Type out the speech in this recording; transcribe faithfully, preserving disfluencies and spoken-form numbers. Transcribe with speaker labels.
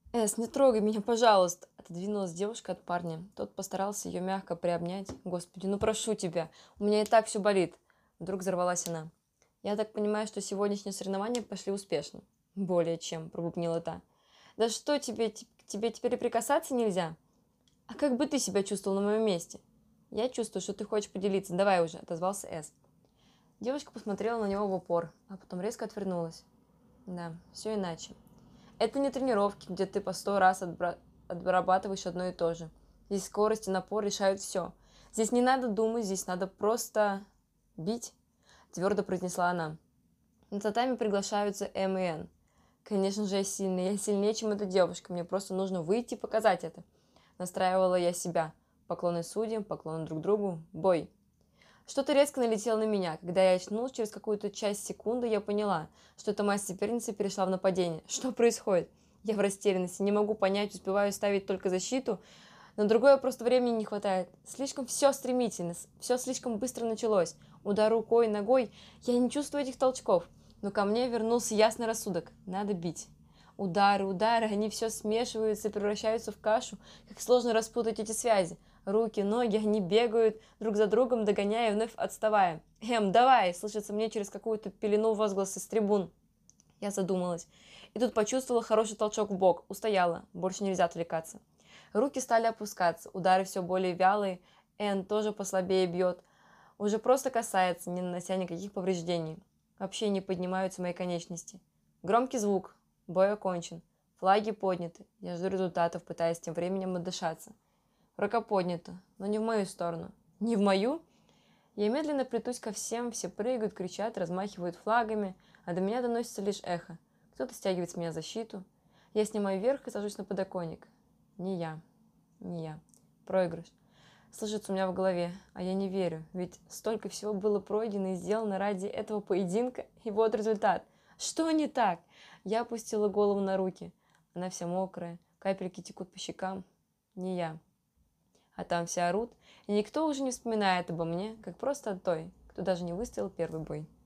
Speaker 1: «Эс, не трогай меня, пожалуйста!» Отодвинулась девушка от парня. Тот постарался ее мягко приобнять. «Господи, ну прошу тебя, у меня и так все болит!» Вдруг взорвалась она. «Я так понимаю, что сегодняшние соревнования пошли успешно?» «Более чем», — пробубнила та. «Да что тебе, т- к тебе теперь и прикасаться нельзя?» «А как бы ты себя чувствовал на моем месте?» «Я чувствую, что ты хочешь поделиться. Давай уже», — отозвался Эс. Девушка посмотрела на него в упор, а потом резко отвернулась. Да, все иначе. Это не тренировки, где ты по сто раз отбра- отрабатываешь одно и то же. Здесь скорость и напор решают все. Здесь не надо думать, здесь надо просто бить, твердо произнесла она. На татами приглашаются М и Н. Конечно же, я сильная, я сильнее, чем эта девушка, мне просто нужно выйти и показать это. Настраивала я себя. Поклоны судьям, поклоны друг другу, бой. Что-то резко налетело на меня. Когда я очнулась, через какую-то часть секунды я поняла, что эта моя соперница перешла в нападение. Что происходит? Я в растерянности, не могу понять, успеваю ставить только защиту. На другое просто времени не хватает. Слишком все стремительно, все слишком быстро началось. Удар рукой, ногой. Я не чувствую этих толчков. Но ко мне вернулся ясный рассудок. Надо бить. Удары, удары, они все смешиваются и превращаются в кашу. Как сложно распутать эти связи. Руки, ноги, они бегают друг за другом, догоняя и вновь отставая. «Эм, давай!» — слышится мне через какую-то пелену возгласы с трибун. Я задумалась. И тут почувствовала хороший толчок в бок. Устояла. Больше нельзя отвлекаться. Руки стали опускаться. Удары все более вялые. Эн тоже послабее бьет. Уже просто касается, не нанося никаких повреждений. Вообще не поднимаются мои конечности. Громкий звук. Бой окончен. Флаги подняты. Я жду результатов, пытаясь тем временем отдышаться. Рука поднята, но не в мою сторону. Не в мою? Я медленно плетусь ко всем, все прыгают, кричат, размахивают флагами, а до меня доносится лишь эхо. Кто-то стягивает с меня защиту. Я снимаю вверх и сажусь на подоконник. Не я. Не я. Проигрыш. Слышится у меня в голове, а я не верю, ведь столько всего было пройдено и сделано ради этого поединка, и вот результат. Что не так? Я опустила голову на руки. Она вся мокрая, капельки текут по щекам. Не я. А там все орут, и никто уже не вспоминает обо мне, как просто о той, кто даже не выстоял первый бой.